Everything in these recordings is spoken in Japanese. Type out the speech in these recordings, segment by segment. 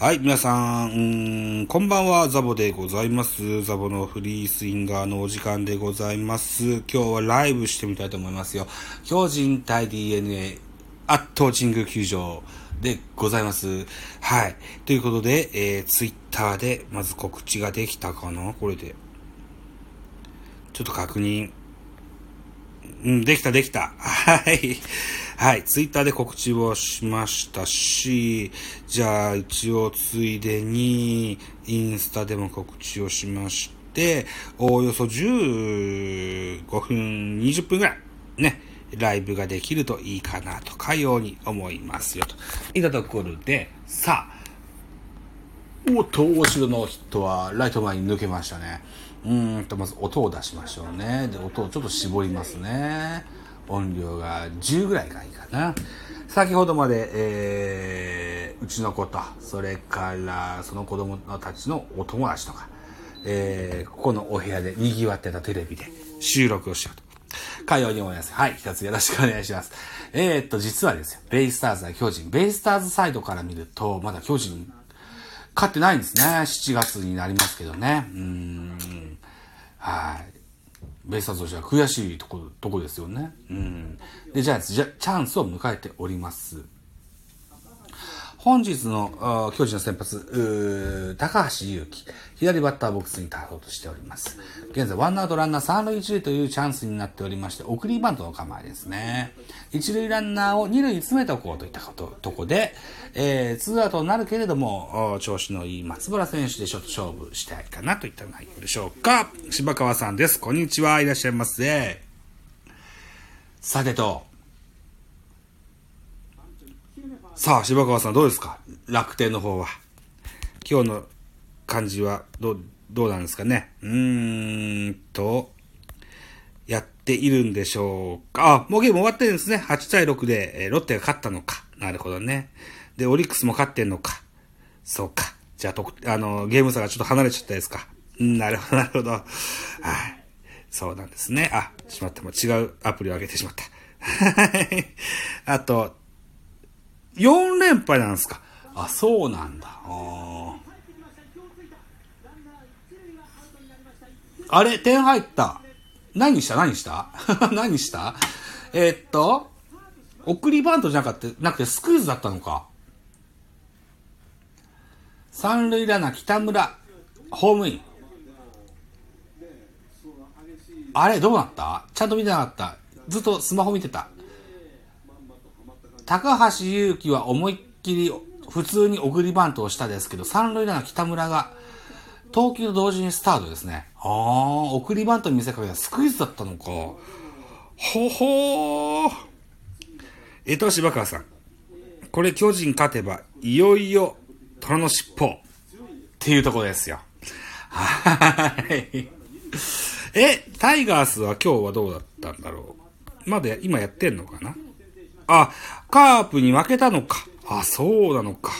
はい、皆さん、こんばんは、ザボでございます。ザボのフリースインガーのお時間でございます。今日はライブしてみたいと思いますよ。巨人対 DNA 圧倒神宮球場でございます。はい。ということで、ツイッターでまず告知ができたかなこれで。ちょっと確認。できた。はい。はい。ツイッターで告知をしましたし、じゃあ一応ついでに、インスタでも告知をしまして、おおよそ15分、20分ぐらい、ね、ライブができるといいかなとかように思いますよと。いったところで、さあ、おっと、後ろのヒットはライト前に抜けましたね。まず音を出しましょうね。で、音をちょっと絞りますね。音量が10ぐらいがいいかな。先ほどまで、うちの子と、それからその子供たちのお友達とか、ここのお部屋で賑わってたテレビで収録をしようと。かように思います。はい、一つよろしくお願いします。実はですよ、ベイスターズは巨人。ベイスターズサイドから見ると、まだ巨人、勝ってないんですね。7月になりますけどね。はい。ベイスターズとしては悔しいとこですよね。で、じゃあ、チャンスを迎えております。本日の巨人の先発、高橋優希、左バッターボックスに立とうとしております。現在、ワンアウトランナー三塁一塁というチャンスになっておりまして、送りバントの構えですね。一塁ランナーを二塁に詰めておこうといったとこで、ツーアウトになるけれども、調子のいい松原選手でちょっと勝負したいかなといった内容でしょうか。柴川さんです。こんにちは。いらっしゃいませ。さてと、さあ、柴川さんどうですか？楽天の方は。今日の感じはどうなんですかね。やっているんでしょうか。もうゲーム終わってるんですね。8対6で、ロッテが勝ったのか。なるほどね。で、オリックスも勝ってんのか。そうか。じゃあ、ゲーム差がちょっと離れちゃったですか。なるほど。はい。そうなんですね。しまった。もう違うアプリを上げてしまった。あと、4連敗なんですか。そうなんだ。あれ、点入った。何した何した送りバントじゃなくてスクイズだったのか。三塁ランナー北村、ホームイン。あれ、どうなった？ちゃんと見てなかった。ずっとスマホ見てた。高橋優希は思いっきり普通に送りバントをしたですけど、三塁ランナー北村が投球と同時にスタートですね。送りバントに見せかけたスクイズだったのか。ほほー。柴川さん。これ巨人勝てば、いよいよ虎の尻尾っていうところですよ。はい。タイガースは今日はどうだったんだろう。まだ今やってんのかな。カープに負けたのか。そうなのか。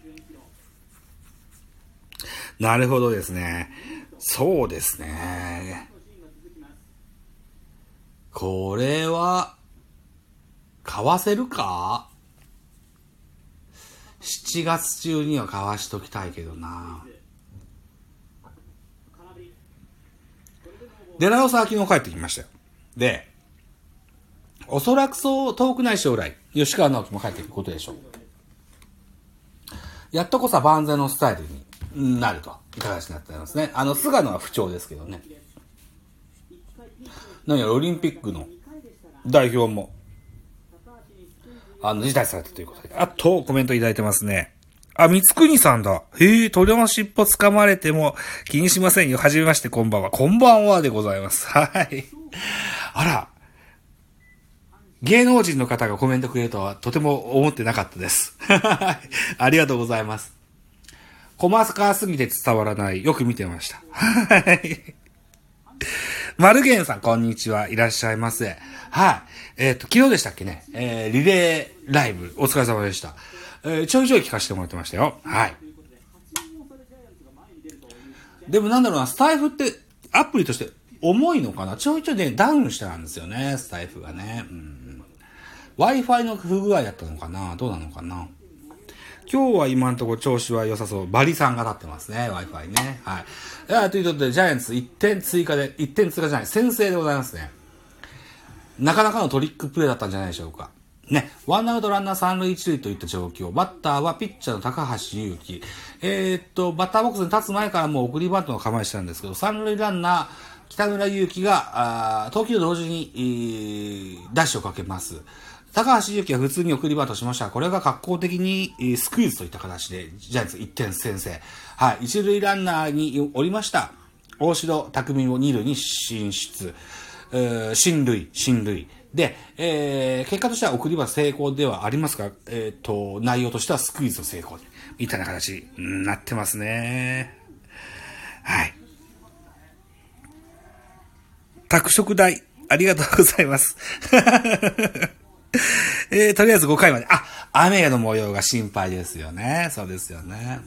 なるほどですね。そうですね。これは、買わせるか？ 7 月中には買わしときたいけどな。デラロサは昨日帰ってきましたよ。で、おそらくそう遠くない将来、吉川直樹も帰ってくることでしょう。やっとこそ万全のスタイルになるといった形になってますね。菅野は不調ですけどね。何やらオリンピックの代表も辞退されたということで。あとコメントいただいてますね。三国さんだ。鳥の尻尾掴まれても気にしませんよ。はじめましてこんばんは。こんばんはでございます。はい。あら。芸能人の方がコメントくれるとはとても思ってなかったです。ありがとうございます。細かすぎて伝わらない。よく見てました。はい。マルゲンさん、こんにちは。いらっしゃいませ。はい。昨日でしたっけね。リレーライブ、お疲れ様でした。ちょいちょい聞かせてもらってましたよ。はい。でもなんだろうな、スタイフってアプリとして重いのかな？ちょいちょいね、ダウンしてたんですよね、スタイフがね。Wi-Fi の不具合だったのかな？どうなのかな？ 今日は今のところ調子は良さそう。バリさんが立ってますね。Wi-Fi ね。はい。ということで、ジャイアンツ1点追加じゃない、先制でございますね。なかなかのトリックプレーだったんじゃないでしょうか。ね。ワンアウトランナー三塁一塁といった状況。バッターはピッチャーの高橋優貴。バッターボックスに立つ前からもう送りバントの構えしてたんですけど、三塁ランナー、北村優貴が、投球同時に、ダッシュをかけます。高橋優貴は普通に送りバントしました。これが格好的にスクイズといった形で、ジャイアンツ1点先制。はい。一塁ランナーにおりました。大城匠を二塁に進出。進塁。で、結果としては送りバント成功ではありますが、内容としてはスクイズの成功で、みたいな形になってますね。はい。宅食代、ありがとうございます。とりあえず5回まで。雨の模様が心配ですよね。そうですよね。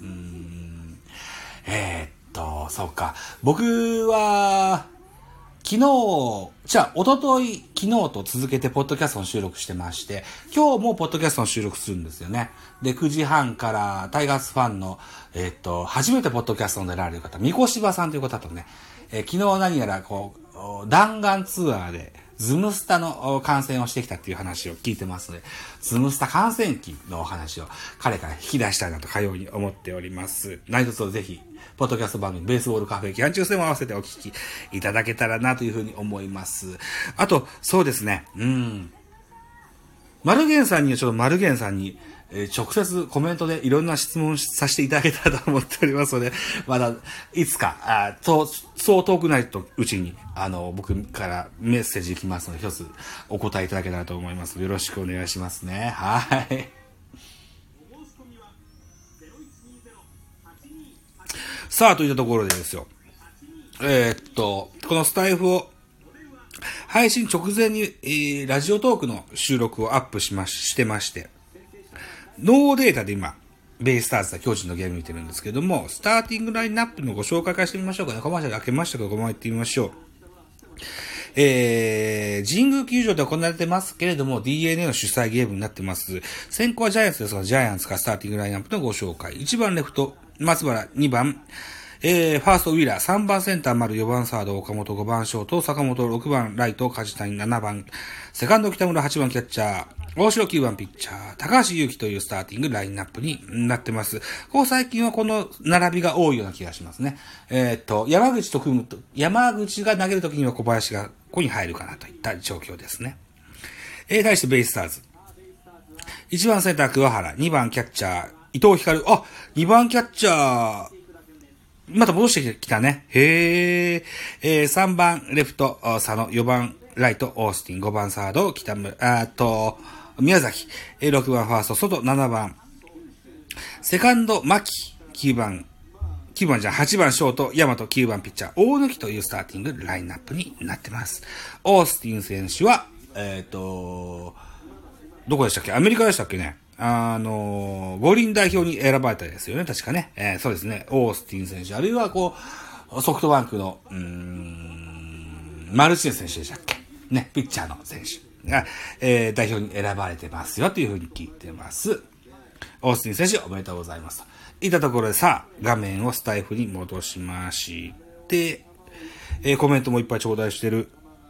そうか。僕は、一昨日、昨日と続けてポッドキャストの収録してまして、今日もポッドキャストの収録するんですよね。で、9時半からタイガースファンの、初めてポッドキャストに出られる方、三越柴さんという方とね、昨日何やら弾丸ツアーで、ズムスタの観戦をしてきたっていう話を聞いてますので、ズムスタ観戦記のお話を彼から引き出したいなとかように思っております。何卒ぜひ、ポッドキャスト番組、ベースボールカフェ期間中戦も合わせてお聞きいただけたらなというふうに思います。あと、そうですね、マルゲンさんに直接コメントでいろんな質問させていただけたらと思っておりますので、まだ、いつか、そう遠くないうちに、僕からメッセージ来ますので、一つお答えいただけたらと思います。よろしくお願いしますね。はい。さあ、といったところでですよ。このスタイフを、配信直前に、ラジオトークの収録をアップしてまして、ノーデータで今、ベイスターズ対巨人のゲーム見てるんですけども、スターティングラインナップのご紹介からしてみましょうかね。コマーシャル開けましたけど、このまま行ってみましょう。神宮球場で行われてますけれども、DNA の主催ゲームになってます。先行はジャイアンツですが、ジャイアンツかスターティングラインナップのご紹介。1番レフト、松原、2番、ファーストウィーラー、3番センター丸、4番サード、岡本、5番ショート、坂本、6番ライト、梶谷、7番、セカンド北村、8番キャッチャー、大城9番ピッチャー、高橋優希というスターティングラインナップになってます。ここ最近はこの並びが多いような気がしますね。山口が投げるときには小林がここに入るかなといった状況ですね。対してベイスターズ。1番センター桑原、2番キャッチャー、伊藤光、2番キャッチャー、また戻してきたね。3番レフト、佐野、4番ライト、オースティン、5番サード、宮崎、6番ファースト、外、7番、セカンド、牧、8番ショート、大和、9番ピッチャー、大貫というスターティングラインナップになってます。オースティン選手は、どこでしたっけ？アメリカでしたっけね？五輪代表に選ばれたですよね、確かね。そうですね。オースティン選手、あるいはソフトバンクの、マルチネス選手でしたっけ？ね、ピッチャーの選手が、代表に選ばれてますよというふうに聞いてます。オースティン選手おめでとうございます。といったところでさあ、画面をスタイフに戻しまして、コメントもいっぱい頂戴してる。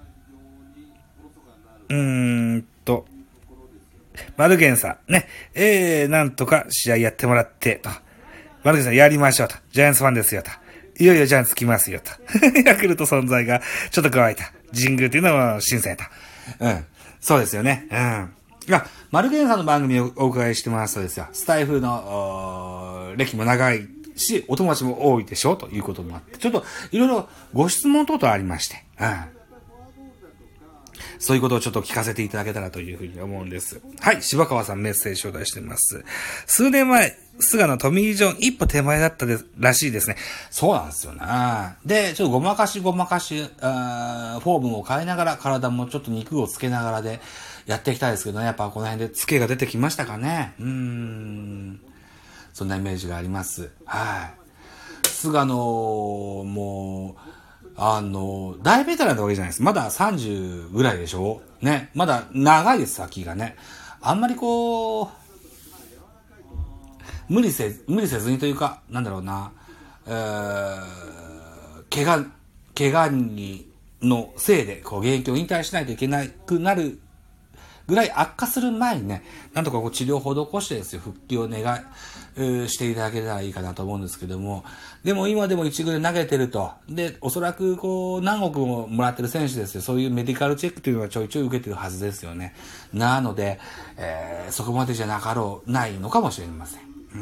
マルゲンさん、ね、なんとか試合やってもらって、と。マルゲンさんやりましょうと。ジャイアンツファンですよと。いよいよジャイアンツ来ますよと。ヤクルト存在がちょっと乾いた。神宮っていうのは新鮮だ。そうですよね。マルゲンさんの番組をお伺いしてますとですよ。スタイフの、歴も長いし、お友達も多いでしょということもあって、ちょっといろいろご質問等々ありまして、そういうことをちょっと聞かせていただけたらというふうに思うんです。はい、柴川さんメッセージ頂戴してます。数年前、菅野トミー・ジョン一歩手前だったらしいですね。そうなんですよね。で、ちょっとごまかし、フォームを変えながら、体もちょっと肉をつけながらでやっていきたいですけどね。やっぱこの辺でつけが出てきましたかね。そんなイメージがあります。はい。菅野も、大ベテランってわけじゃないです。まだ30ぐらいでしょね。まだ長いです、先がね。あんまり無理せずにというか、なんだろうな、怪我のせいで、現役を引退しないといけなくなるぐらい悪化する前にね、なんとか治療を施してですよ、復帰をしていただけたらいいかなと思うんですけども、でも今でも一軍で投げてると。で、おそらく何億ももらってる選手ですよ。そういうメディカルチェックというのはちょいちょい受けてるはずですよね。なので、そこまでじゃないのかもしれません。うん。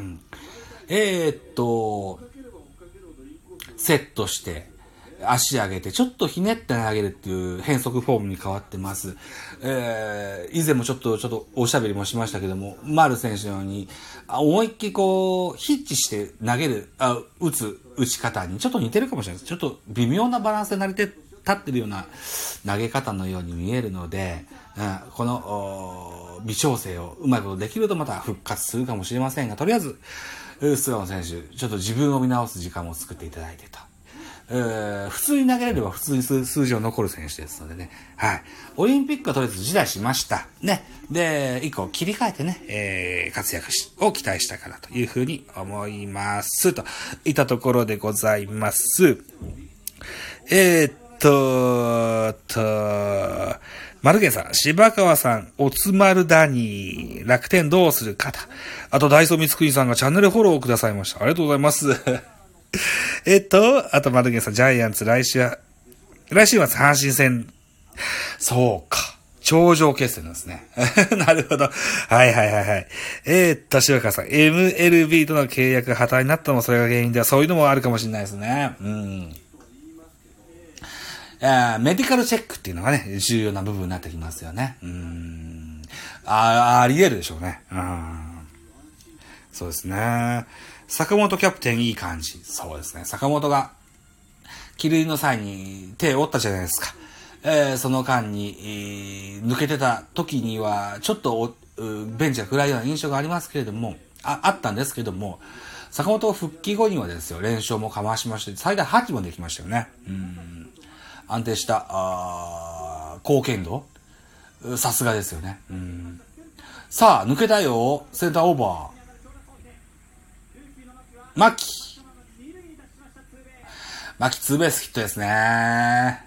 セットして、足上げて、ちょっとひねって投げるっていう変則フォームに変わってます。以前もちょっとおしゃべりもしましたけども、丸選手のように、思いっきりヒッチして投げる、打ち方にちょっと似てるかもしれないです。ちょっと微妙なバランスで立ってるような投げ方のように見えるので、この微調整をうまいことできるとまた復活するかもしれませんが、とりあえず、菅野選手、ちょっと自分を見直す時間を作っていただいてと。普通に投げれれば普通に数字を残る選手ですのでね。はい。オリンピックはとりあえず辞退しました。ね。で、以降切り替えてね、活躍を期待したかなというふうに思います。といったところでございます。マルゲンさん、柴川さん、おつまるだに、楽天どうするかと。あと、ダイソーミツクリさんがチャンネルフォローをくださいました。ありがとうございます。あと、マルゲンさん、ジャイアンツ、来週末、阪神戦。そうか。頂上決戦ですね。なるほど。はい。柴川さん、MLB との契約が破綻になったのもそれが原因では、そういうのもあるかもしれないですね。メディカルチェックっていうのがね、重要な部分になってきますよね。あり得るでしょうね。そうですね。坂本キャプテンいい感じ。そうですね。坂本が、帰塁の際に手を折ったじゃないですか。その間に、抜けてた時には、ちょっとベンチが暗いような印象がありますけれども、あったんですけども、坂本復帰後にはですよ、連勝もかましまして、最大8もできましたよね。安定した、貢献度さすがですよね。さあ、抜けたよ。センターオーバー。牧ツーベースヒットですね。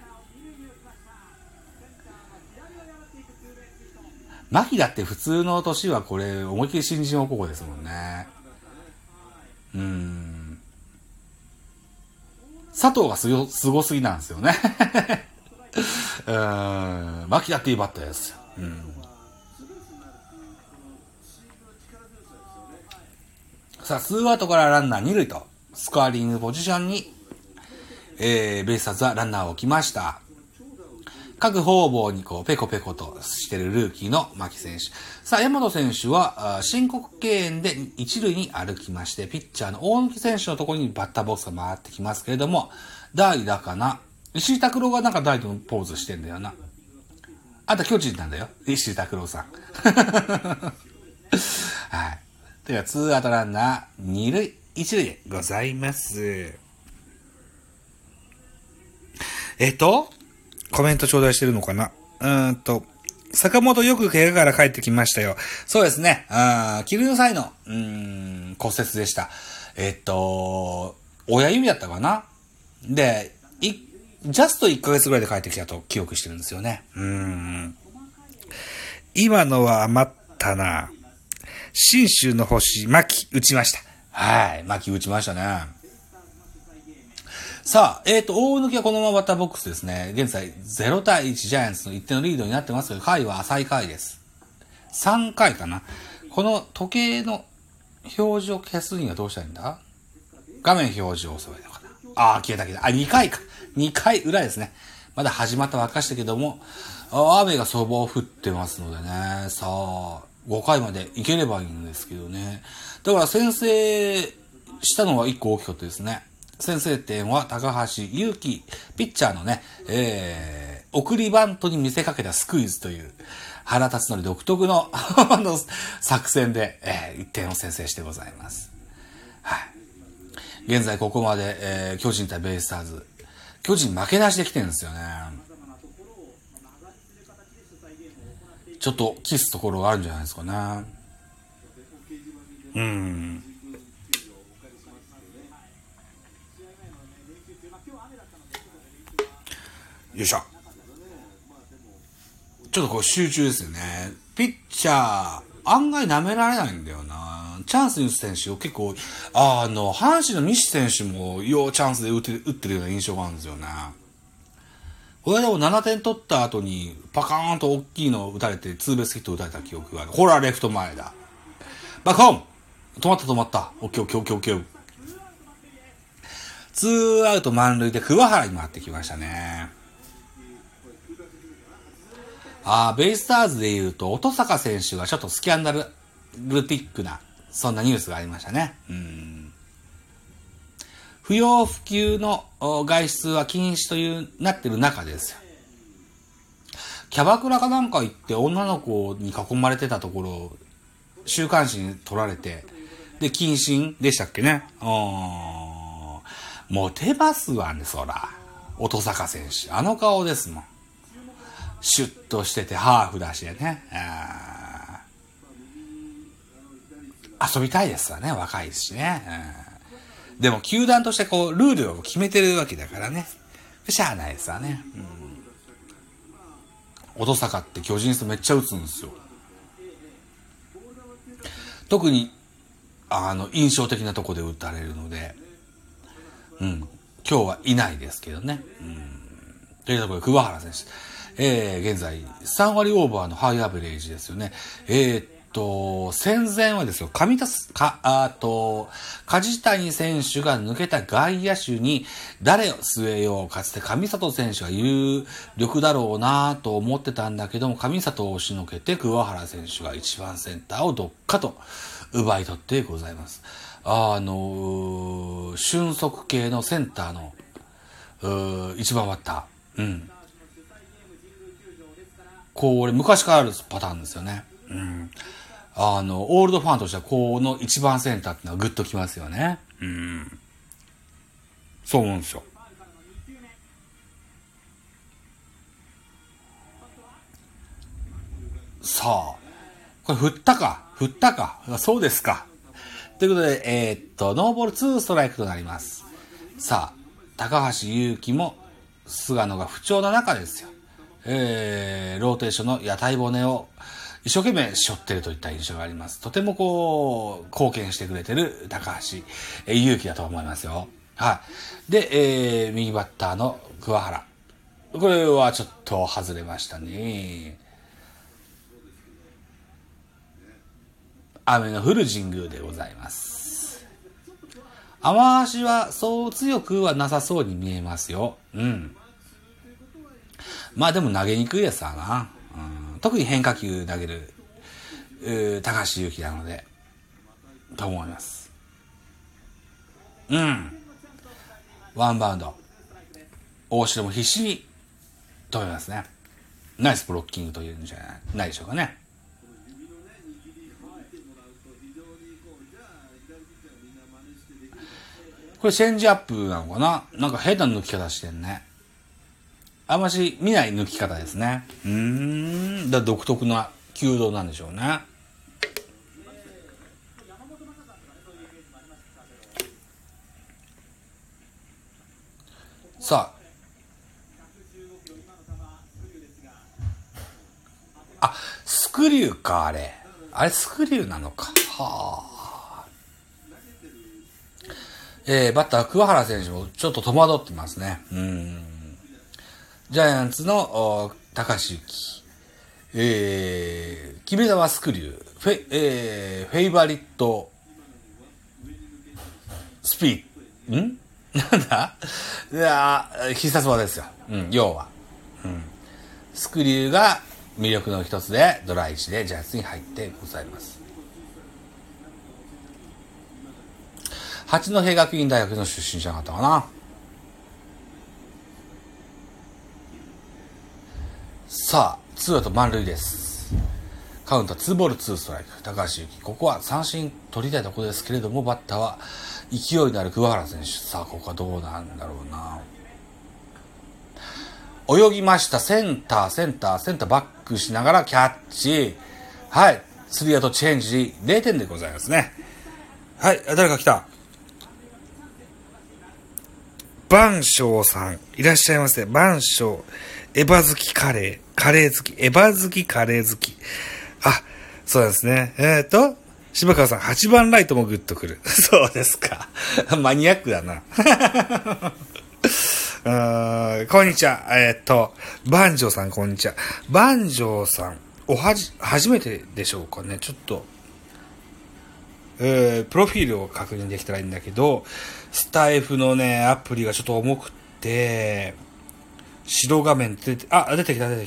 牧だって普通の年はこれ思いっきり新人王候補ですもんね。佐藤がすごすぎなんですよね。牧だっていいバッターですよ。さあ、ツーアウトからランナー二塁と、スコアリングポジションに、ベイスターズはランナーを置きました。各方々にペコペコとしてるルーキーの牧選手。さあ、山本選手は、申告敬遠で一塁に歩きまして、ピッチャーの大貫選手のところにバッターボックスが回ってきますけれども、代打かな。石井拓郎がなんか代打のポーズしてんだよな。あんた巨人なんだよ。石井拓郎さん。はい。では、ツーアウトランナー、二塁、一塁でございます。コメント頂戴してるのかな。坂本よく怪我から帰ってきましたよ。そうですね。帰塁の際の、骨折でした。親指だったかな。で、ジャスト1ヶ月ぐらいで帰ってきたと記憶してるんですよね。今のは余ったな。信州の星、牧、打ちました。はい、牧打ちましたね。さあ、大貫はこのままバッターボックスですね。現在、0対1ジャイアンツの1点のリードになってますけど、回は浅い回です。3回かな。この時計の表示を消すにはどうしたらいいんだ？画面表示を押せばいいのかな。消えた。2回か。2回裏ですね。まだ始まったばっかしたけども、雨がそばを降ってますのでね。さあ、5回までいければいいんですけどね。だから先制したのは1個大きかったですね。先制点は高橋優希、ピッチャーのね、送りバントに見せかけたスクイズという原辰徳独特の作戦で、1点を先制してございます。はい。現在ここまで、巨人対ベイスターズ。巨人負け出しできてるんですよね。ちょっとキスところがあるんじゃないですかね。 よいしょ。ちょっとこう集中ですよね。ピッチャー、案外舐められないんだよな。チャンスに打つ選手を結構、阪神の西選手もようチャンスで打ってるような印象があるんですよね。これでも7点取った後にパカーンと大きいのを打たれてツーベースヒット打たれた記憶がある。ほら、レフト前だ。バックホーム止まった。オッケー。ツーアウト満塁で桑原に回ってきましたね。ベイスターズで言うと、音坂選手がちょっとスキャンダルティックな、そんなニュースがありましたね。不要不急の外出は禁止となってる中ですよ。キャバクラかなんか行って女の子に囲まれてたところ、週刊誌に撮られて、で、謹慎でしたっけね。モテますわね、そら。音坂選手。あの顔ですもん。シュッとしてて、ハーフだしね。遊びたいですわね、若いですしね。でも、球団としてこう、ルールを決めてるわけだからね。しゃあないですわね。音坂って巨人戦めっちゃ打つんですよ。特に、印象的なとこで打たれるので、今日はいないですけどね。というところで、桑原選手。現在、3割オーバーのハイアベレージですよね。戦前はですよ、梶谷選手が抜けた外野手に誰を据えようかつて上里選手が有力だろうなと思ってたんだけども、上里を押しのけて桑原選手が一番センターをどっかと奪い取ってございます。俊足系のセンターの一番バッター。これ昔からあるパターンですよね。オールドファンとしてはこの一番センターってのはグッときますよね。そう思うんですよ。さあ、これ振ったか。そうですか。ということで、ノーボール2ストライクとなります。さあ、高橋優貴も菅野が不調な中ですよ。ローテーションの屋台骨を一生懸命背負ってるといった印象があります。とても貢献してくれてる高橋優貴だと思いますよ。はい。で、右バッターの桑原。これはちょっと外れましたね。雨の降る神宮でございます。雨足はそう強くはなさそうに見えますよ。まあでも投げにくいですわな。特に変化球投げる高橋優貴なのでと思います。ワンバウンド大城も必死に止めますね。ナイスブロッキングというんじゃないでしょうかね。これチェンジアップなのかな。なんか変な抜き方してんね。あんまし見ない抜き方ですね。独特な球道なんでしょうね。さあ、スクリューか、あれスクリューなのか。はあ。バッター桑原選手もちょっと戸惑ってますね。ジャイアンツの高橋優貴。決め球はスクリュー。フェイバリットスピーなんだいや必殺技ですよ。要は。スクリューが魅力の一つでドラ1でジャイアンツに入ってございます。八戸学院大学の出身者だったかな。さあ、ツーアウト満塁です。カウントは2ボール2ストライク。高橋優貴。ここは三振取りたいところですけれども、バッターは勢いのある桑原選手。さあ、ここはどうなんだろうな。泳ぎました。センターバックしながらキャッチ。はい。スリーアウトチェンジ。0点でございますね。はい。誰か来た。 万象さん、いらっしゃいませ。万象、エヴァ好きカレー好き、エヴァ好きカレー好き。あ、そうですね。柴川さん、8番ライトもグッとくる。そうですか。マニアックだな。こんにちは。万丈さん、こんにちは。万丈さん、初めてでしょうかね。ちょっと、プロフィールを確認できたらいいんだけど、スタイフのね、アプリがちょっと重くって、白画面出てきた。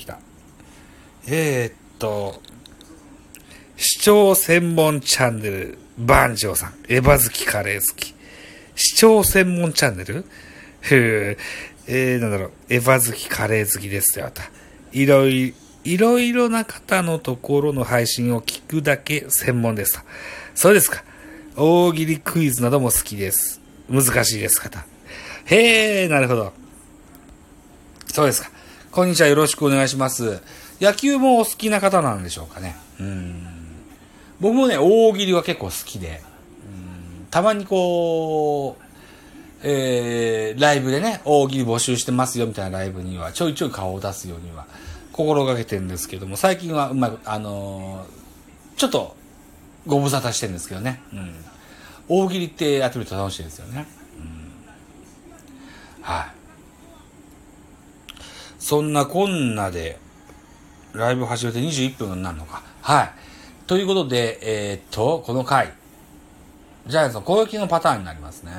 視聴専門チャンネル、万丈さん、エヴァ好きカレー好き。視聴専門チャンネルなんだろう、エヴァ好きカレー好きですよ、と。いろいろな方のところの配信を聞くだけ専門ですと。そうですか。大喜利クイズなども好きです。難しいです、方。なるほど。そうですか。こんにちは、よろしくお願いします。野球もお好きな方なんでしょうかね。僕もね、大喜利は結構好きで、たまにこう、ライブでね、大喜利募集してますよみたいなライブにはちょいちょい顔を出すようには心がけてるんですけども、最近はちょっとご無沙汰してるんですけどね。大喜利ってやってみると楽しいですよね。はい。そんなこんなで、ライブ始めて21分になるのか。はい。ということで、この回、ジャイアンツの攻撃のパターンになりますね。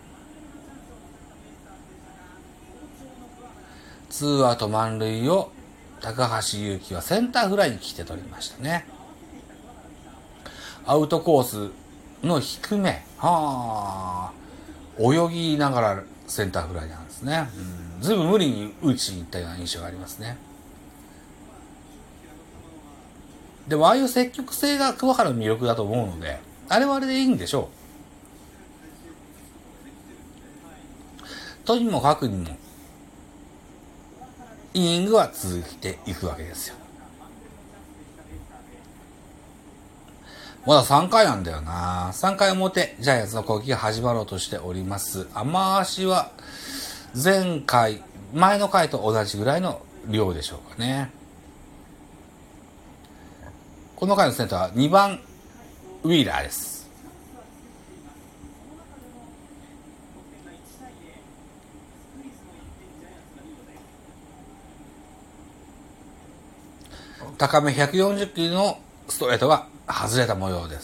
ツーアウト満塁を高橋優貴はセンターフライに来て取りましたね。アウトコースの低め、泳ぎながらセンターフライなんですね。ずいぶん無理に打ちに行ったような印象がありますね。でもああいう積極性が桑原の魅力だと思うので、あれはあれでいいんでしょう。とにもかくにもイニングは続いていくわけですよ。まだ3回なんだよな。3回表、ジャイアンツの攻撃が始まろうとしております。雨足は前の回と同じぐらいの量でしょうかね。この回のセンターは2番ウィーラーです。高め140キロのストレートが外れた模様です。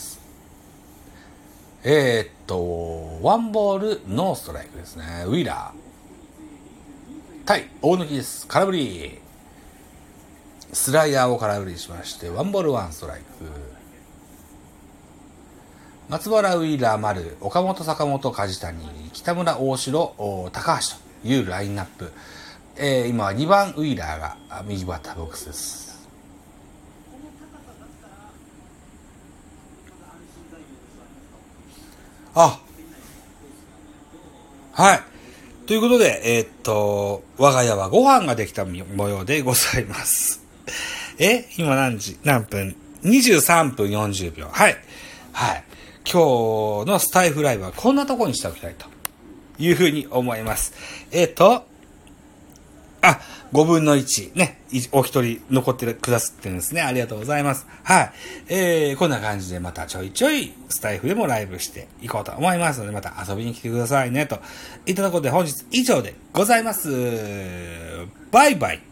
ワンボールノーストライクですね。ウィーラー対大貫です。空振り。スライダーを空振りしましてワンボールワンストライク。松原ウィーラー丸、岡本坂本梶谷、北村大城高橋というラインナップ。今は2番ウィーラーが右バッターボックスです。はい。ということで、我が家はご飯ができた模様でございます。今何分 ?23 分40秒。はい。はい。今日のスタイフライブはこんなところにしておきたいというふうに思います。5分の1ね、お一人残ってくださってるんですね。ありがとうございます。はい。こんな感じでまたちょいちょいスタイフでもライブしていこうと思いますので、また遊びに来てくださいね、といったところで本日以上でございます。バイバイ。